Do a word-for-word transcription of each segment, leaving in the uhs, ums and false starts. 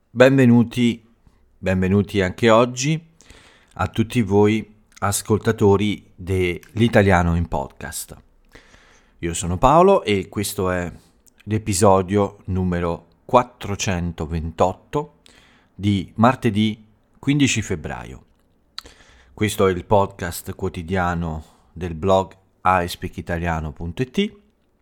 Benvenuti, benvenuti anche oggi a tutti voi ascoltatori dell'Italiano in Podcast. Io sono Paolo e questo è l'episodio numero quattrocentoventotto di martedì quindici febbraio. Questo è il podcast quotidiano del blog i speak italiano punto it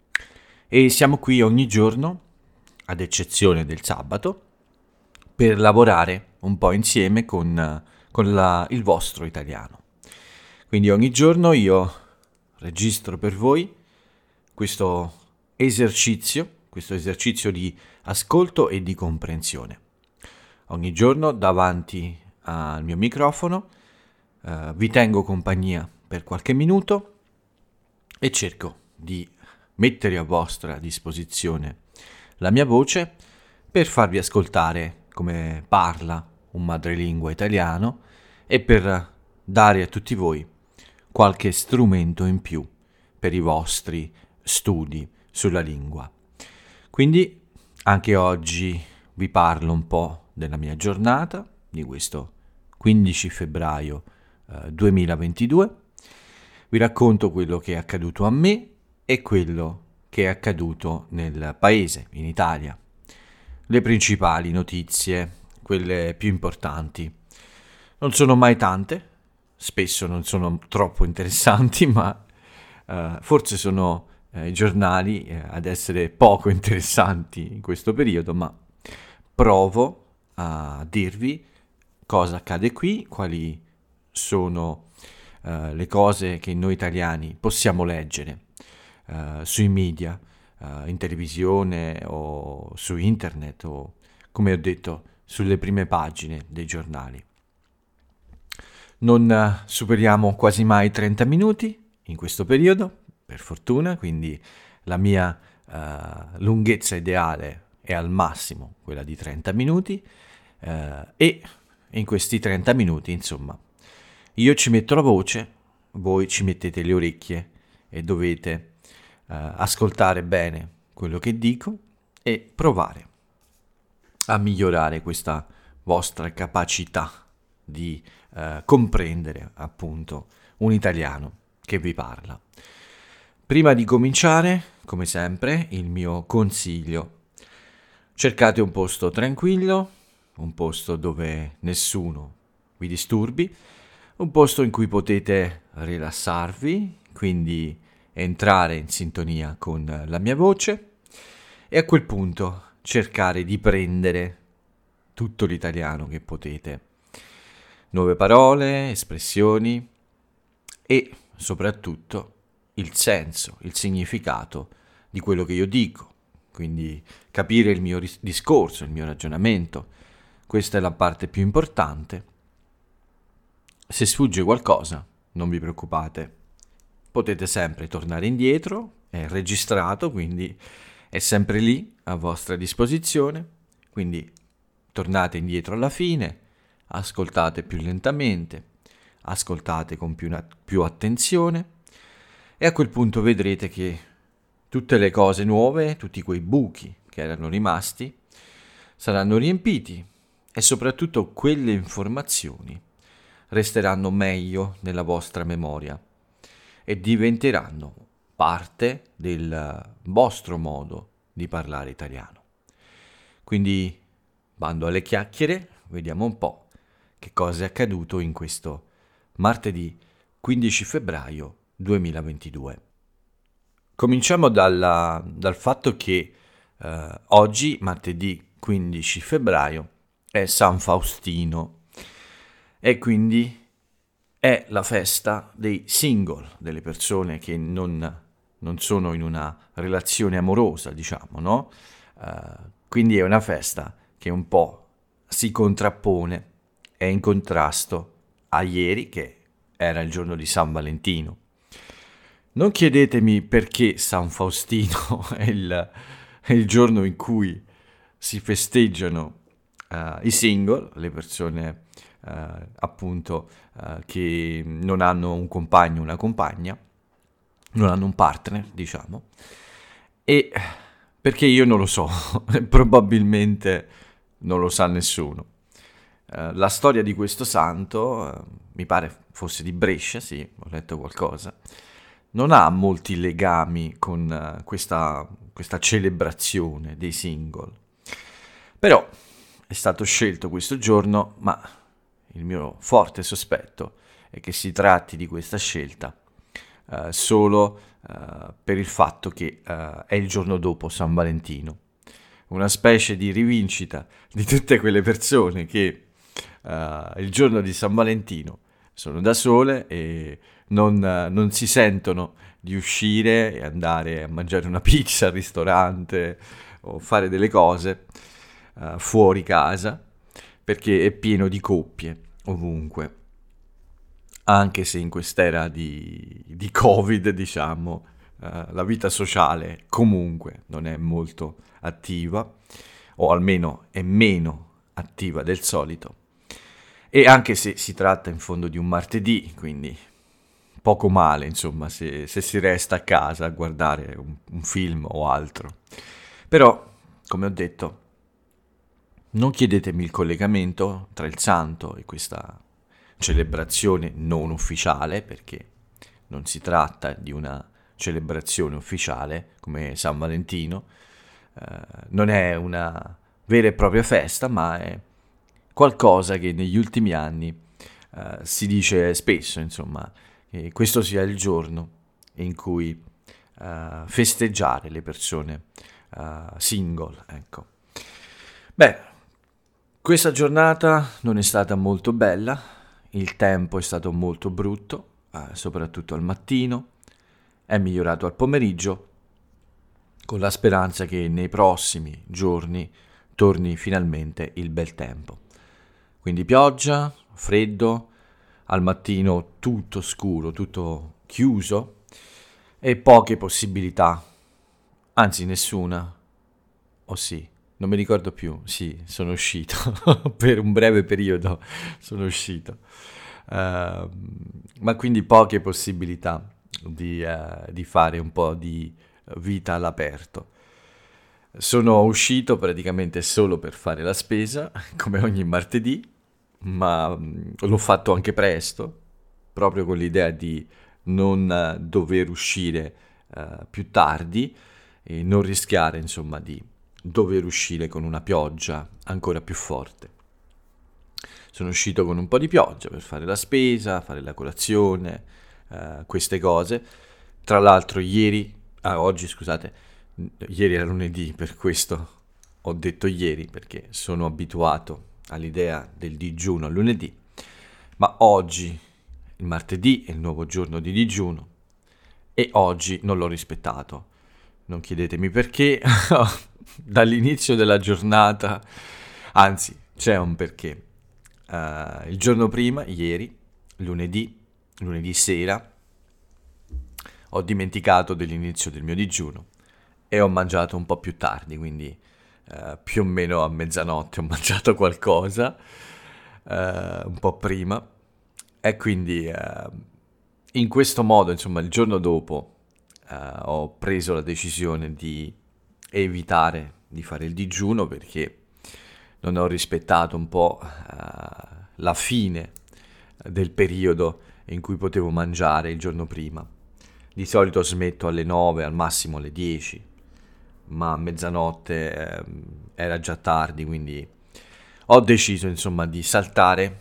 e siamo qui ogni giorno, ad eccezione del sabato, per lavorare un po' insieme con, con la, il vostro italiano. Quindi ogni giorno io registro per voi questo esercizio, questo esercizio di ascolto e di comprensione. Ogni giorno davanti al mio microfono eh, vi tengo compagnia per qualche minuto e cerco di mettere a vostra disposizione la mia voce per farvi ascoltare come parla un madrelingua italiano e per dare a tutti voi qualche strumento in più per i vostri studi sulla lingua. Quindi anche oggi vi parlo un po' della mia giornata, di questo quindici febbraio eh, duemilaventidue. Vi racconto quello che è accaduto a me e quello che è accaduto nel paese, in Italia. Le principali notizie, quelle più importanti. Non sono mai tante, spesso non sono troppo interessanti, ma eh, forse sono eh, i giornali eh, ad essere poco interessanti in questo periodo, ma provo a dirvi cosa accade qui, quali sono eh, le cose che noi italiani possiamo leggere eh, sui media, Uh, in televisione o su internet o, come ho detto, sulle prime pagine dei giornali. Non uh, superiamo quasi mai trenta minuti in questo periodo, per fortuna, quindi la mia uh, lunghezza ideale è al massimo quella di trenta minuti uh, e in questi trenta minuti, insomma, io ci metto la voce, voi ci mettete le orecchie e dovete Uh, ascoltare bene quello che dico e provare a migliorare questa vostra capacità di uh, comprendere appunto un italiano che vi parla. Prima di cominciare, come sempre, il mio consiglio: cercate un posto tranquillo, un posto dove nessuno vi disturbi, un posto in cui potete rilassarvi, quindi entrare in sintonia con la mia voce e a quel punto cercare di prendere tutto l'italiano che potete. Nuove parole, espressioni e soprattutto il senso, il significato di quello che io dico. Quindi capire il mio ris- discorso, il mio ragionamento. Questa è la parte più importante. Se sfugge qualcosa, non vi preoccupate. Potete sempre tornare indietro, è registrato, quindi è sempre lì a vostra disposizione, quindi tornate indietro alla fine, ascoltate più lentamente, ascoltate con più, più attenzione e a quel punto vedrete che tutte le cose nuove, tutti quei buchi che erano rimasti, saranno riempiti e soprattutto quelle informazioni resteranno meglio nella vostra memoria e diventeranno parte del vostro modo di parlare italiano. Quindi, bando alle chiacchiere, vediamo un po' che cosa è accaduto in questo martedì quindici febbraio duemilaventidue. Cominciamo dalla, dal fatto che eh, oggi, martedì quindici febbraio, è San Faustino e quindi è la festa dei single, delle persone che non, non sono in una relazione amorosa, diciamo, no? Uh, quindi è una festa che un po' si contrappone, è in contrasto a ieri, che era il giorno di San Valentino. Non chiedetemi perché San Faustino è il, è il giorno in cui si festeggiano uh, i single, le persone Uh, appunto uh, che non hanno un compagno o una compagna, non hanno un partner, diciamo, e perché io non lo so, probabilmente non lo sa nessuno. Uh, la storia di questo santo, uh, mi pare fosse di Brescia, sì, ho letto qualcosa, non ha molti legami con uh, questa, questa celebrazione dei single. Però è stato scelto questo giorno, ma il mio forte sospetto è che si tratti di questa scelta uh, solo uh, per il fatto che uh, è il giorno dopo San Valentino. Una specie di rivincita di tutte quelle persone che uh, il giorno di San Valentino sono da sole e non, uh, non si sentono di uscire e andare a mangiare una pizza al ristorante o fare delle cose uh, fuori casa, perché è pieno di coppie ovunque. Anche se in quest'era di, di Covid, diciamo, uh, la vita sociale comunque non è molto attiva, o almeno è meno attiva del solito. E anche se si tratta in fondo di un martedì, quindi poco male, insomma, se, se si resta a casa a guardare un, un film o altro. Però, come ho detto, non chiedetemi il collegamento tra il santo e questa celebrazione non ufficiale, perché non si tratta di una celebrazione ufficiale come San Valentino, eh, non è una vera e propria festa, ma è qualcosa che negli ultimi anni eh, si dice spesso, insomma, che questo sia il giorno in cui eh, festeggiare le persone eh, single, ecco. Beh, questa giornata non è stata molto bella, il tempo è stato molto brutto, eh, soprattutto al mattino, è migliorato al pomeriggio, con la speranza che nei prossimi giorni torni finalmente il bel tempo. Quindi pioggia, freddo, al mattino tutto scuro, tutto chiuso e poche possibilità, anzi nessuna, o sì. Non mi ricordo più, sì, sono uscito, per un breve periodo sono uscito, uh, ma quindi poche possibilità di, uh, di fare un po' di vita all'aperto. Sono uscito praticamente solo per fare la spesa, come ogni martedì, ma um, l'ho fatto anche presto, proprio con l'idea di non uh, dover uscire uh, più tardi e non rischiare, insomma, di dover uscire con una pioggia ancora più forte. Sono uscito con un po' di pioggia per fare la spesa, fare la colazione, eh, queste cose. Tra l'altro ieri, ah, oggi scusate, ieri era lunedì, per questo ho detto ieri, perché sono abituato all'idea del digiuno al lunedì, ma oggi, il martedì, è il nuovo giorno di digiuno e oggi non l'ho rispettato. Non chiedetemi perché. Dall'inizio della giornata, anzi c'è un perché. Uh, il giorno prima, ieri, lunedì, lunedì sera, ho dimenticato dell'inizio del mio digiuno e ho mangiato un po' più tardi, quindi uh, più o meno a mezzanotte ho mangiato qualcosa, uh, un po' prima, e quindi uh, in questo modo, insomma, il giorno dopo uh, ho preso la decisione di evitare di fare il digiuno perché non ho rispettato un po' uh, la fine del periodo in cui potevo mangiare il giorno prima. Di solito smetto alle nove, al massimo alle dieci, ma a mezzanotte eh, era già tardi, quindi ho deciso insomma di saltare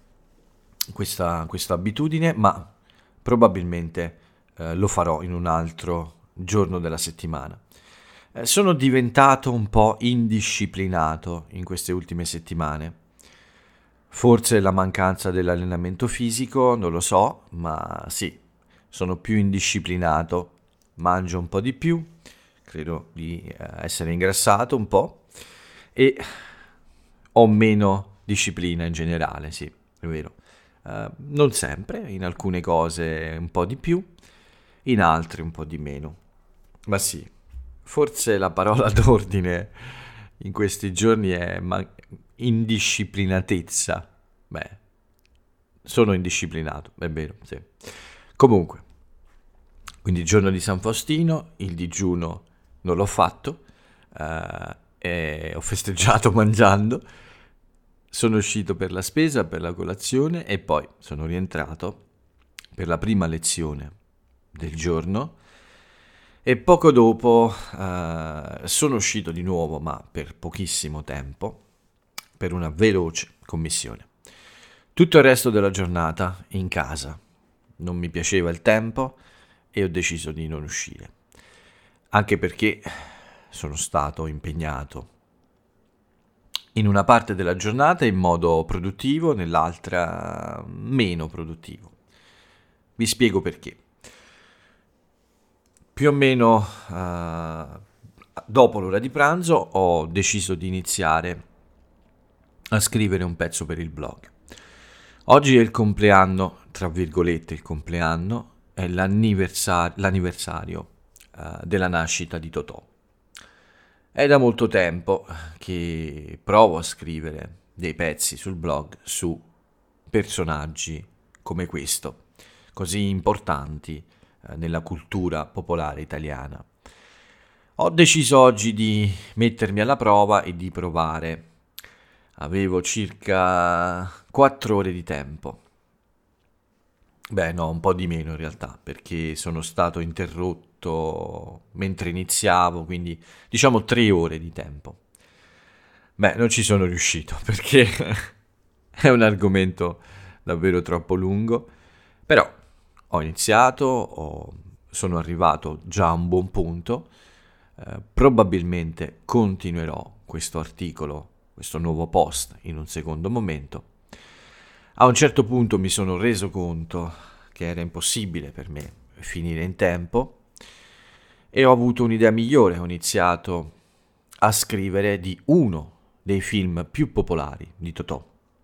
questa, questa abitudine, ma probabilmente eh, lo farò in un altro giorno della settimana. Sono diventato un po' indisciplinato in queste ultime settimane. Forse la mancanza dell'allenamento fisico, non lo so, ma sì, sono più indisciplinato, mangio un po' di più, credo di essere ingrassato un po' e ho meno disciplina in generale, sì, è vero. Uh, non sempre, in alcune cose un po' di più, in altre un po' di meno, ma sì. Forse la parola d'ordine in questi giorni è ma- indisciplinatezza. Beh, sono indisciplinato, è vero, sì. Comunque, quindi il giorno di San Faustino, il digiuno non l'ho fatto, eh, e ho festeggiato mangiando, sono uscito per la spesa, per la colazione e poi sono rientrato per la prima lezione del giorno e poco dopo eh, sono uscito di nuovo, ma per pochissimo tempo, per una veloce commissione. Tutto il resto della giornata in casa. Non mi piaceva il tempo e ho deciso di non uscire, anche perché sono stato impegnato in una parte della giornata in modo produttivo, nell'altra meno produttivo. Vi spiego perché. Più o meno uh, dopo l'ora di pranzo ho deciso di iniziare a scrivere un pezzo per il blog. Oggi è il compleanno, tra virgolette il compleanno, è l'anniversario, l'anniversario uh, della nascita di Totò. È da molto tempo che provo a scrivere dei pezzi sul blog su personaggi come questo, così importanti eh, nella cultura popolare italiana. Ho deciso oggi di mettermi alla prova e di provare. Avevo circa quattro ore di tempo. Beh, no, un po' di meno in realtà, perché sono stato interrotto mentre iniziavo, quindi diciamo tre ore di tempo. Beh, non ci sono riuscito perché è un argomento davvero troppo lungo, però ho iniziato, ho- sono arrivato già a un buon punto, eh, probabilmente continuerò questo articolo, questo nuovo post in un secondo momento. A un certo punto mi sono reso conto che era impossibile per me finire in tempo e ho avuto un'idea migliore, ho iniziato a scrivere di uno dei film più popolari di Totò.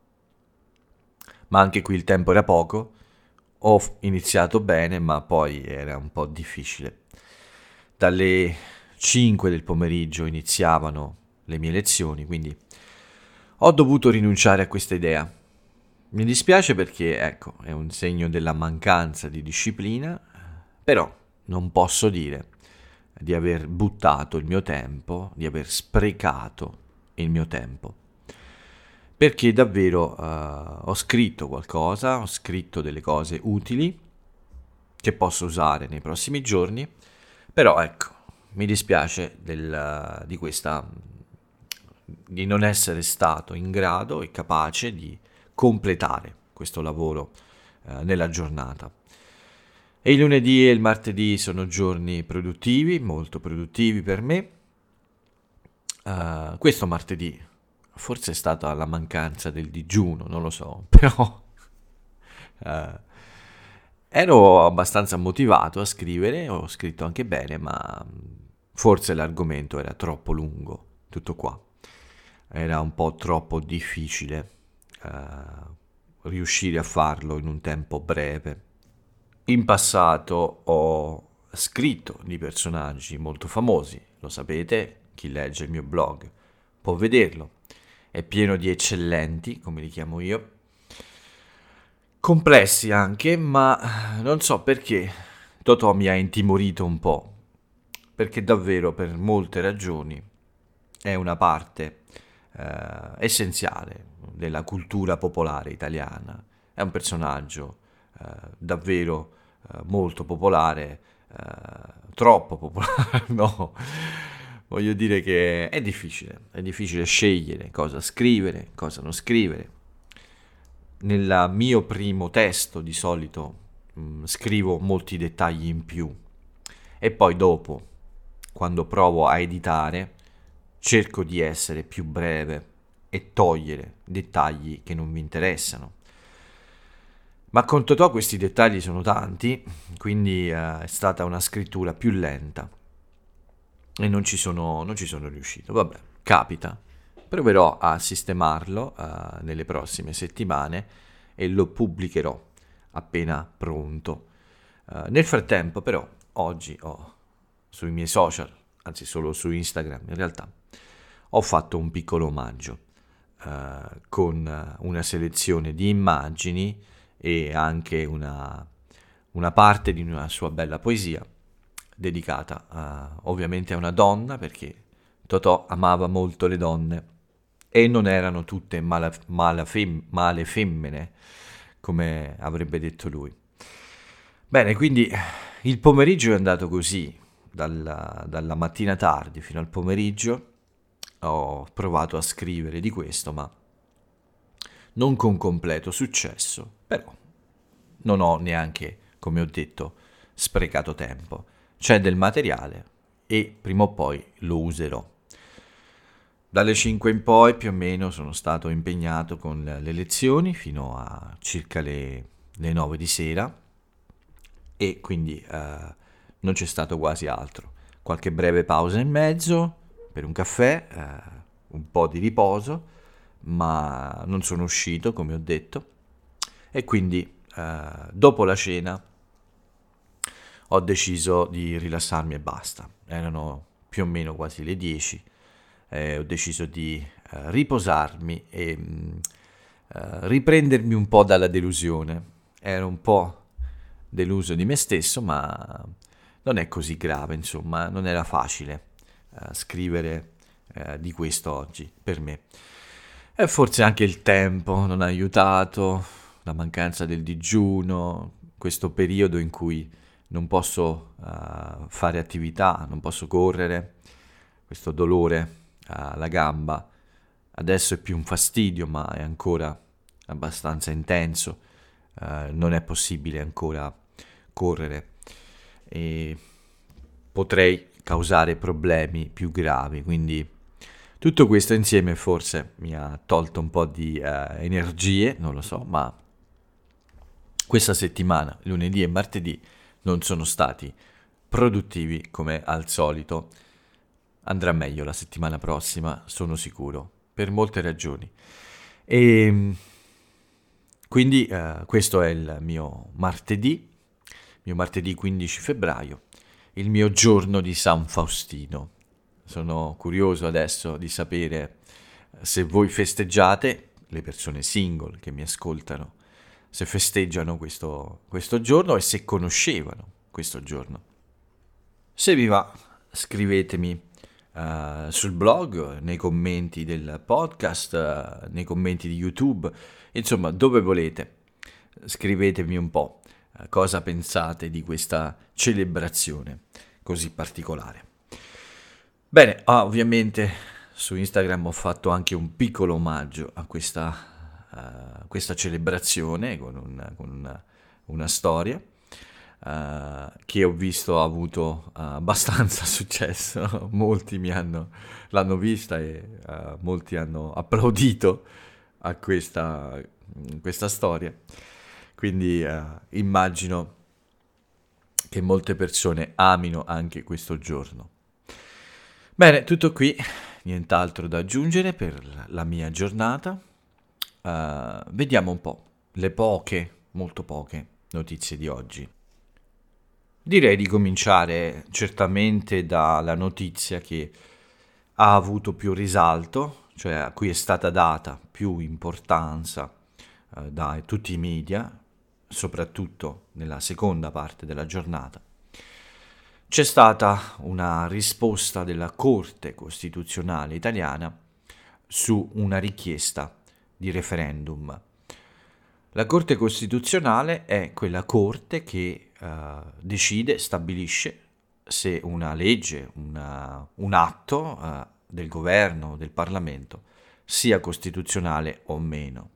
Ma anche qui il tempo era poco, ho f- iniziato bene, ma poi era un po' difficile. Dalle cinque del pomeriggio iniziavano le mie lezioni, quindi ho dovuto rinunciare a questa idea. Mi dispiace perché, ecco, è un segno della mancanza di disciplina, però non posso dire di aver buttato il mio tempo, di aver sprecato il mio tempo. Perché davvero eh, ho scritto qualcosa, ho scritto delle cose utili che posso usare nei prossimi giorni, però ecco, mi dispiace del, di questa, di non essere stato in grado e capace di completare questo lavoro eh, nella giornata. E il lunedì e il martedì sono giorni produttivi, molto produttivi per me. Uh, questo martedì forse è stata la mancanza del digiuno, non lo so, però uh, ero abbastanza motivato a scrivere, ho scritto anche bene, ma forse l'argomento era troppo lungo, tutto qua. Era un po' troppo difficile uh, riuscire a farlo in un tempo breve. In passato ho scritto di personaggi molto famosi, lo sapete, chi legge il mio blog può vederlo, è pieno di eccellenti, come li chiamo io, complessi anche, ma non so perché Totò mi ha intimorito un po', perché davvero per molte ragioni è una parte eh, essenziale della cultura popolare italiana, è un personaggio eh, davvero eh, molto popolare, eh, troppo popolare, no, voglio dire che è difficile, è difficile scegliere cosa scrivere, cosa non scrivere. Nel mio primo testo di solito mh, scrivo molti dettagli in più e poi dopo, quando provo a editare, cerco di essere più breve e togliere dettagli che non mi interessano. Ma con Totò questi dettagli sono tanti, quindi eh, è stata una scrittura più lenta e non ci sono, non ci sono riuscito. Vabbè, capita. Proverò a sistemarlo eh, nelle prossime settimane e lo pubblicherò appena pronto. Eh, nel frattempo, però, oggi ho sui miei social, anzi solo su Instagram in realtà, ho fatto un piccolo omaggio eh, con una selezione di immagini e anche una, una parte di una sua bella poesia dedicata uh, ovviamente a una donna, perché Totò amava molto le donne e non erano tutte mala, mala fem- male femmine, come avrebbe detto lui. Bene, quindi il pomeriggio è andato così, dalla, dalla mattina tardi fino al pomeriggio ho provato a scrivere di questo, ma non con completo successo, però non ho neanche, come ho detto, sprecato tempo. C'è del materiale e prima o poi lo userò. Dalle cinque in poi più o meno sono stato impegnato con le lezioni fino a circa le, le nove di sera e quindi eh, non c'è stato quasi altro. Qualche breve pausa in mezzo per un caffè, eh, un po' di riposo, ma non sono uscito, come ho detto, e quindi eh, dopo la cena ho deciso di rilassarmi e basta. Erano più o meno quasi le dieci, eh, ho deciso di eh, riposarmi e mh, eh, riprendermi un po' dalla delusione. Ero un po' deluso di me stesso, ma non è così grave, insomma, non era facile eh, scrivere eh, di questo oggi per me. E forse anche il tempo non ha aiutato, la mancanza del digiuno, questo periodo in cui non posso uh, fare attività, non posso correre, questo dolore alla gamba. Adesso è più un fastidio, ma è ancora abbastanza intenso, uh, non è possibile ancora correre e potrei causare problemi più gravi, quindi tutto questo insieme forse mi ha tolto un po' di uh, energie, non lo so, ma questa settimana, lunedì e martedì, non sono stati produttivi come al solito. Andrà meglio la settimana prossima, sono sicuro, per molte ragioni. E quindi uh, questo è il mio martedì, mio martedì quindici febbraio, il mio giorno di San Faustino. Sono curioso adesso di sapere se voi festeggiate, le persone single che mi ascoltano, se festeggiano questo, questo giorno e se conoscevano questo giorno. Se vi va, scrivetemi uh, sul blog, nei commenti del podcast, uh, nei commenti di YouTube, insomma, dove volete. Scrivetemi un po' uh, cosa pensate di questa celebrazione così particolare. Bene, ah, ovviamente su Instagram ho fatto anche un piccolo omaggio a questa, uh, questa celebrazione con, un, con una, una storia uh, che ho visto ha avuto uh, abbastanza successo. Molti mi hanno, l'hanno vista e uh, molti hanno applaudito a questa, questa storia. Quindi uh, immagino che molte persone amino anche questo giorno. Bene, tutto qui, nient'altro da aggiungere per la mia giornata. Uh, vediamo un po' le poche, molto poche notizie di oggi. Direi di cominciare certamente dalla notizia che ha avuto più risalto, cioè a cui è stata data più importanza uh, da tutti i media, soprattutto nella seconda parte della giornata. C'è stata una risposta della Corte Costituzionale italiana su una richiesta di referendum. La Corte Costituzionale è quella Corte che uh, decide, stabilisce se una legge, una, un atto uh, del governo, del Parlamento, sia costituzionale o meno.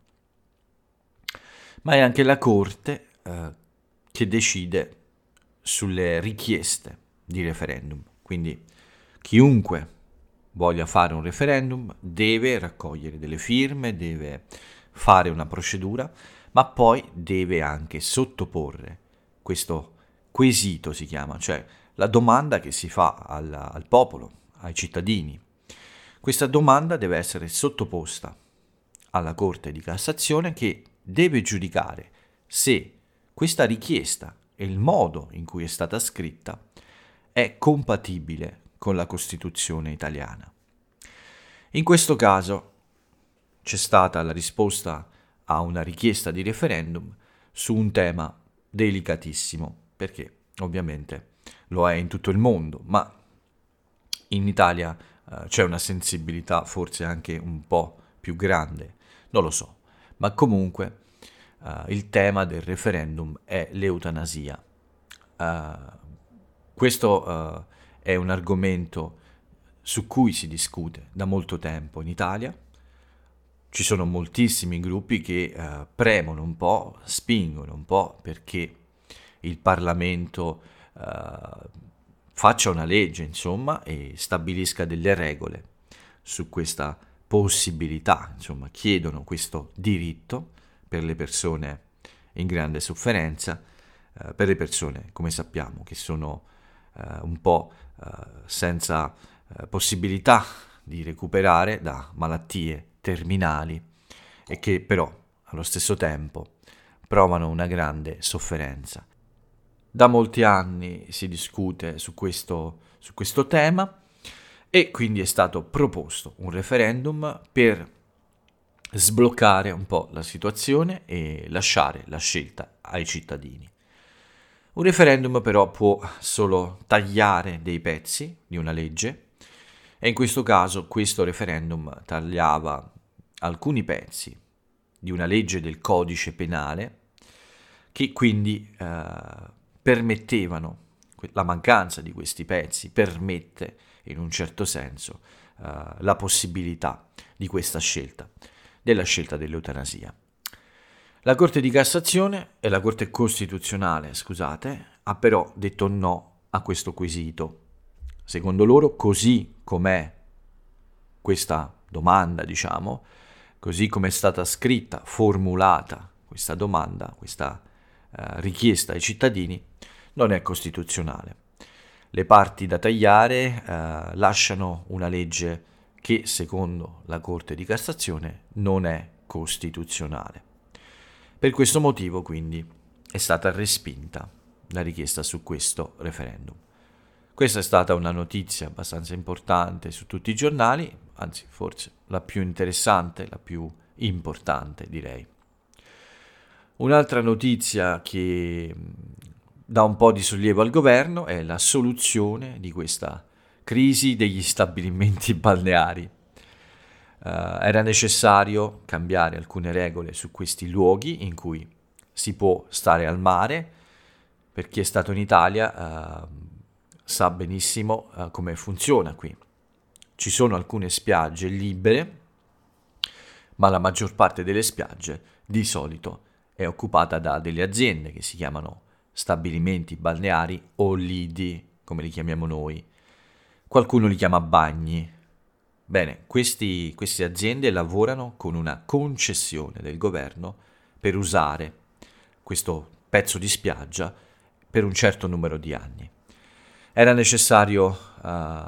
Ma è anche la Corte uh, che decide sulle richieste di referendum. Quindi chiunque voglia fare un referendum deve raccogliere delle firme, deve fare una procedura, ma poi deve anche sottoporre questo quesito, si chiama, cioè la domanda che si fa al, al popolo, ai cittadini. Questa domanda deve essere sottoposta alla Corte di Cassazione che deve giudicare se questa richiesta e il modo in cui è stata scritta è compatibile con la Costituzione italiana. In questo caso c'è stata la risposta a una richiesta di referendum su un tema delicatissimo, perché ovviamente lo è in tutto il mondo, ma in Italia uh, c'è una sensibilità forse anche un po' più grande, non lo so, ma comunque uh, il tema del referendum è l'eutanasia. Uh, questo uh, è un argomento su cui si discute da molto tempo in Italia. Ci sono moltissimi gruppi che uh, premono un po', spingono un po' perché il Parlamento uh, faccia una legge, insomma, e stabilisca delle regole su questa possibilità, insomma, chiedono questo diritto per le persone in grande sofferenza, uh, per le persone, come sappiamo, che sono uh, un po' uh, senza uh, possibilità di recuperare da malattie terminali e che però allo stesso tempo provano una grande sofferenza. Da molti anni si discute su questo, su questo tema e quindi è stato proposto un referendum per sbloccare un po' la situazione e lasciare la scelta ai cittadini. Un referendum però può solo tagliare dei pezzi di una legge e in questo caso questo referendum tagliava alcuni pezzi di una legge del codice penale che quindi eh, permettevano, la mancanza di questi pezzi permette in un certo senso eh, la possibilità di questa scelta, della scelta dell'eutanasia. La Corte di Cassazione e la Corte Costituzionale, scusate, ha però detto no a questo quesito. Secondo loro, così com'è questa domanda, diciamo, così come è stata scritta, formulata questa domanda, questa eh, richiesta ai cittadini, non è costituzionale. Le parti da tagliare eh, lasciano una legge che, secondo la Corte di Cassazione, non è costituzionale. Per questo motivo, quindi, è stata respinta la richiesta su questo referendum. Questa è stata una notizia abbastanza importante su tutti i giornali, anzi forse la più interessante, la più importante direi. Un'altra notizia che dà un po' di sollievo al governo è la soluzione di questa crisi degli stabilimenti balneari. Uh, era necessario cambiare alcune regole su questi luoghi in cui si può stare al mare. Per chi è stato in Italia uh, sa benissimo uh, come funziona qui. Ci sono alcune spiagge libere, ma la maggior parte delle spiagge di solito è occupata da delle aziende che si chiamano stabilimenti balneari o lidi, come li chiamiamo noi. Qualcuno li chiama bagni. Bene, questi, queste aziende lavorano con una concessione del governo per usare questo pezzo di spiaggia per un certo numero di anni. Era necessario, uh,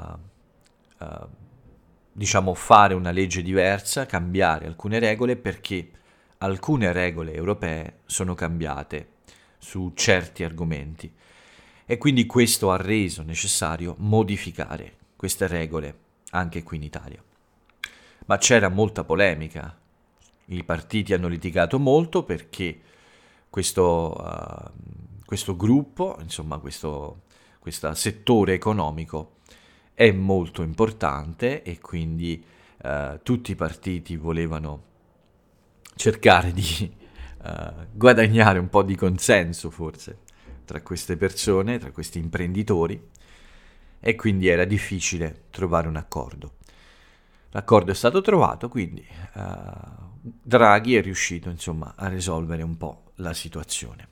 uh, diciamo, fare una legge diversa, cambiare alcune regole perché alcune regole europee sono cambiate su certi argomenti e quindi questo ha reso necessario modificare queste regole anche qui in Italia. Ma c'era molta polemica, i partiti hanno litigato molto perché questo, uh, questo gruppo, insomma questo, questo settore economico è molto importante e quindi uh, tutti i partiti volevano cercare di uh, guadagnare un po' di consenso forse tra queste persone, tra questi imprenditori, e quindi era difficile trovare un accordo. L'accordo è stato trovato, quindi uh, Draghi è riuscito insomma a risolvere un po' la situazione.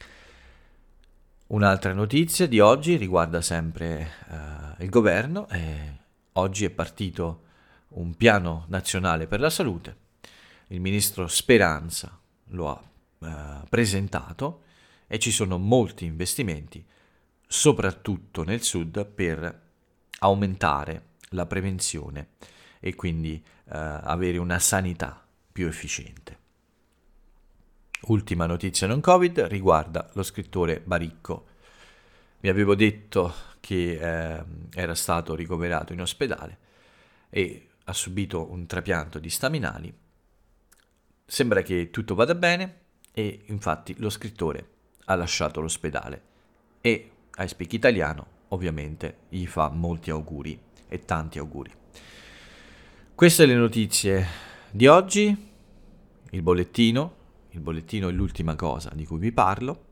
Un'altra notizia di oggi riguarda sempre uh, il governo. Eh, oggi è partito un piano nazionale per la salute. Il ministro Speranza lo ha uh, presentato e ci sono molti investimenti, soprattutto nel sud, per aumentare la prevenzione e quindi uh, avere una sanità più efficiente. Ultima notizia non Covid riguarda lo scrittore Baricco. Vi avevo detto che eh, era stato ricoverato in ospedale e ha subito un trapianto di staminali. Sembra che tutto vada bene e infatti lo scrittore ha lasciato l'ospedale e I Speak Italiano ovviamente gli fa molti auguri e tanti auguri. Queste le notizie di oggi, il bollettino, il bollettino è l'ultima cosa di cui vi parlo,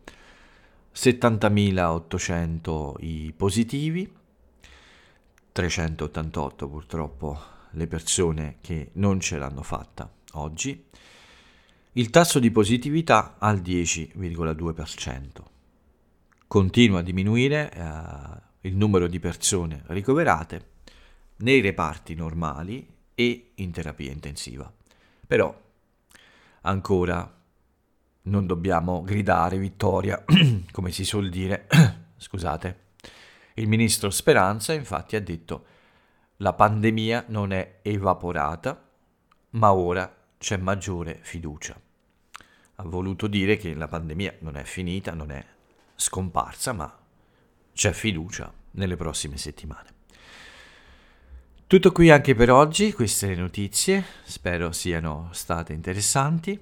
settantamilaottocento i positivi, trecentottantotto purtroppo le persone che non ce l'hanno fatta oggi, il tasso di positività al dieci virgola due per cento. Continua a diminuire eh, il numero di persone ricoverate nei reparti normali e in terapia intensiva. Però ancora non dobbiamo gridare vittoria, come si suol dire. Scusate. Il ministro Speranza infatti ha detto: la pandemia non è evaporata, ma ora c'è maggiore fiducia. Ha voluto dire che la pandemia non è finita, non è scomparsa, ma c'è fiducia nelle prossime settimane. Tutto qui anche per oggi, queste le notizie, spero siano state interessanti.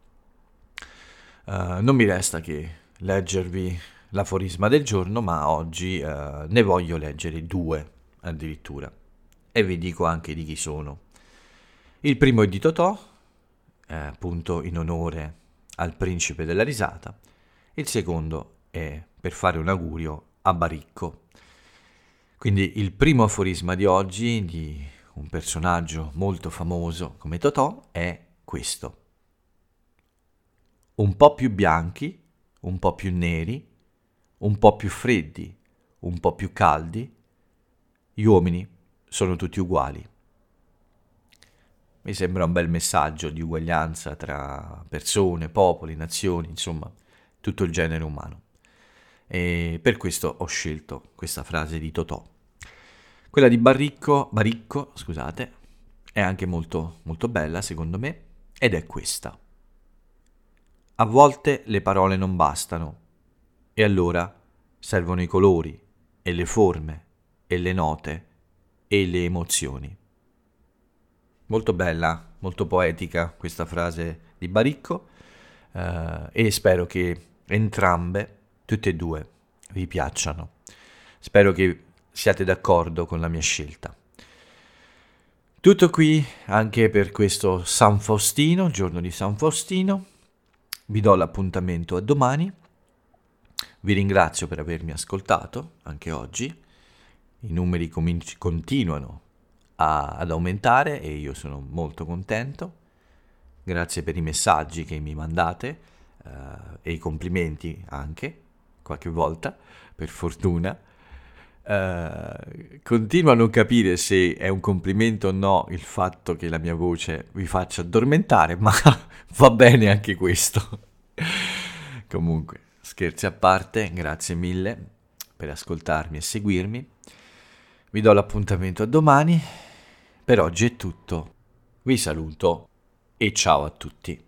Uh, non mi resta che leggervi l'aforisma del giorno, ma oggi uh, ne voglio leggere due addirittura, e vi dico anche di chi sono. Il primo è di Totò, eh, appunto in onore al principe della risata. Il secondo è per fare un augurio a Baricco. Quindi il primo aforisma di oggi di un personaggio molto famoso come Totò è questo: un po' più bianchi, un po' più neri, un po' più freddi, un po' più caldi, gli uomini sono tutti uguali. Mi sembra un bel messaggio di uguaglianza tra persone, popoli, nazioni, insomma, tutto il genere umano. E per questo ho scelto questa frase di Totò. Quella di Baricco, Baricco, scusate, è anche molto, molto bella secondo me, ed è questa: a volte le parole non bastano, e allora servono i colori, e le forme, e le note, e le emozioni. Molto bella, molto poetica questa frase di Baricco, eh, e spero che entrambe, tutte e due, vi piacciono. Spero che siate d'accordo con la mia scelta. Tutto qui anche per questo San Faustino, giorno di San Faustino. Vi do l'appuntamento a domani. Vi ringrazio per avermi ascoltato anche oggi. I numeri cominci- continuano a, ad aumentare e io sono molto contento. Grazie per i messaggi che mi mandate uh, e i complimenti anche, qualche volta, per fortuna. Uh, continuo a non capire se è un complimento o no il fatto che la mia voce vi faccia addormentare, ma va bene anche questo. Comunque, scherzi a parte, grazie mille per ascoltarmi e seguirmi. Vi do l'appuntamento a domani. Per oggi è tutto. Vi saluto e ciao a tutti.